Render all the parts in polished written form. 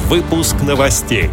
Выпуск новостей.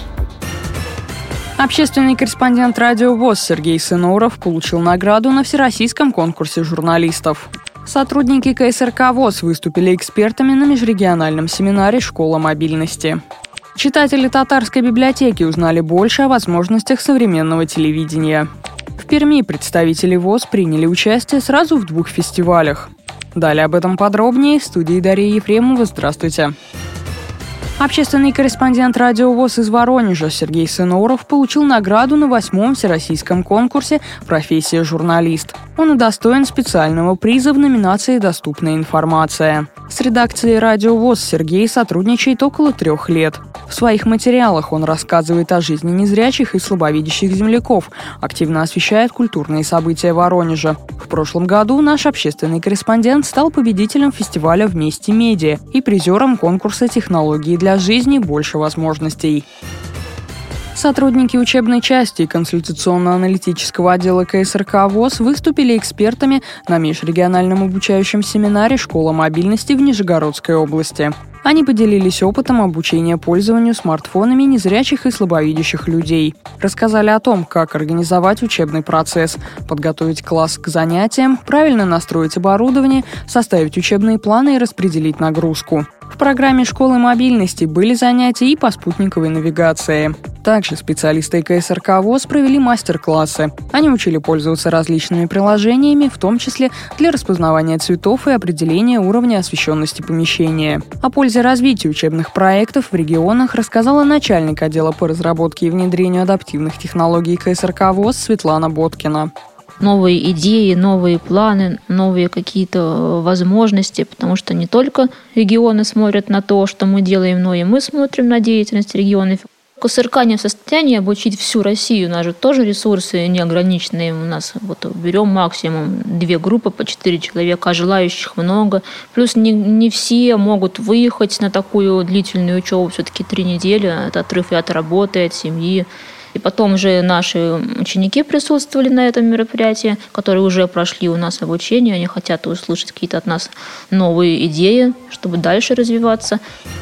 Общественный корреспондент Радио ВОС Сергей Сыноров получил награду на Всероссийском конкурсе журналистов. Сотрудники КСРК ВОС выступили экспертами на межрегиональном семинаре «Школа мобильности». Читатели Татарской библиотеки узнали больше о возможностях современного телевидения. В Перми представители ВОС приняли участие сразу в 2 фестивалях. Далее об этом подробнее в студии Дарья Ефремова. Здравствуйте. Общественный корреспондент Радио ВОС из Воронежа Сергей Сыноров получил награду на 8-м всероссийском конкурсе «Профессия журналист». Он удостоен специального приза в номинации «Доступная информация». С редакцией Радио ВОС Сергей сотрудничает около 3 лет. В своих материалах он рассказывает о жизни незрячих и слабовидящих земляков, активно освещает культурные события Воронежа. В прошлом году наш общественный корреспондент стал победителем фестиваля «Вместе медиа» и призером конкурса «Технологии для жизни. Больше возможностей». Сотрудники учебной части и консультационно-аналитического отдела КСРК ВОС выступили экспертами на межрегиональном обучающем семинаре «Школа мобильности» в Нижегородской области. Они поделились опытом обучения пользованию смартфонами незрячих и слабовидящих людей. Рассказали о том, как организовать учебный процесс, подготовить класс к занятиям, правильно настроить оборудование, составить учебные планы и распределить нагрузку. В программе «Школы мобильности» были занятия и по спутниковой навигации. Также специалисты КСРК ВОС провели мастер-классы. Они учили пользоваться различными приложениями, в том числе для распознавания цветов и определения уровня освещенности помещения. О пользе развития учебных проектов в регионах рассказала начальник отдела по разработке и внедрению адаптивных технологий КСРК ВОС Светлана Боткина. Новые идеи, новые планы, новые какие-то возможности, потому что не только регионы смотрят на то, что мы делаем, но и мы смотрим на деятельность регионов. КСРК не в состоянии обучить всю Россию, у нас же тоже ресурсы неограниченные. У нас берем максимум 2 группы по 4 человека, а желающих много. Плюс не все могут выехать на такую длительную учебу, все-таки 3 недели, это отрыв и от работы, от семьи. И потом же наши ученики присутствовали на этом мероприятии, которые уже прошли у нас обучение, они хотят услышать какие-то от нас новые идеи, чтобы дальше развиваться.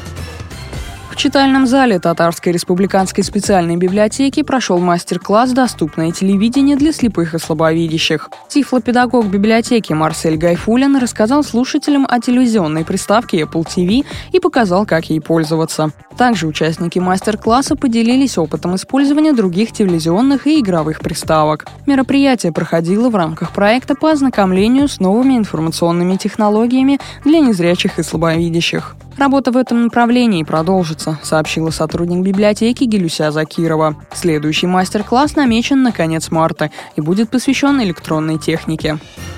В читальном зале Татарской республиканской специальной библиотеки прошел мастер-класс «Доступное телевидение для слепых и слабовидящих». Тифлопедагог библиотеки Марсель Гайфулин рассказал слушателям о телевизионной приставке Apple TV и показал, как ей пользоваться. Также участники мастер-класса поделились опытом использования других телевизионных и игровых приставок. Мероприятие проходило в рамках проекта по ознакомлению с новыми информационными технологиями для незрячих и слабовидящих. Работа в этом направлении продолжится, сообщила сотрудник библиотеки Гелюся Закирова. Следующий мастер-класс намечен на конец марта и будет посвящен электронной технике.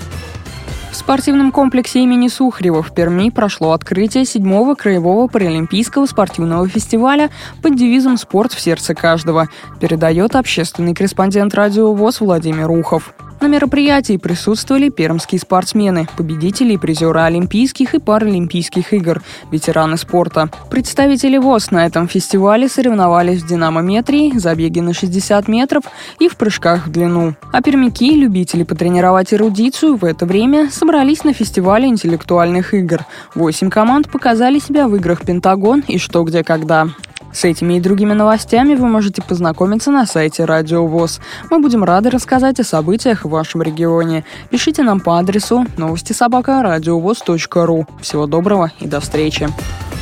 В спортивном комплексе имени Сухарева в Перми прошло открытие 7-го краевого паралимпийского спортивного фестиваля под девизом «Спорт в сердце каждого», передает общественный корреспондент Радио ВОС Владимир Ухов. На мероприятии присутствовали пермские спортсмены, победители и призеры Олимпийских и Паралимпийских игр, ветераны спорта. Представители ВОС на этом фестивале соревновались в динамометрии, забеге на 60 метров и в прыжках в длину. А пермяки, любители потренировать эрудицию, в это время собрались на фестивале интеллектуальных игр. 8 команд показали себя в играх «Пентагон» и «Что, где, когда». С этими и другими новостями вы можете познакомиться на сайте Радио ВОС. Мы будем рады рассказать о событиях в вашем регионе. Пишите нам по адресу новости@радиовос.ру. Всего доброго и до встречи.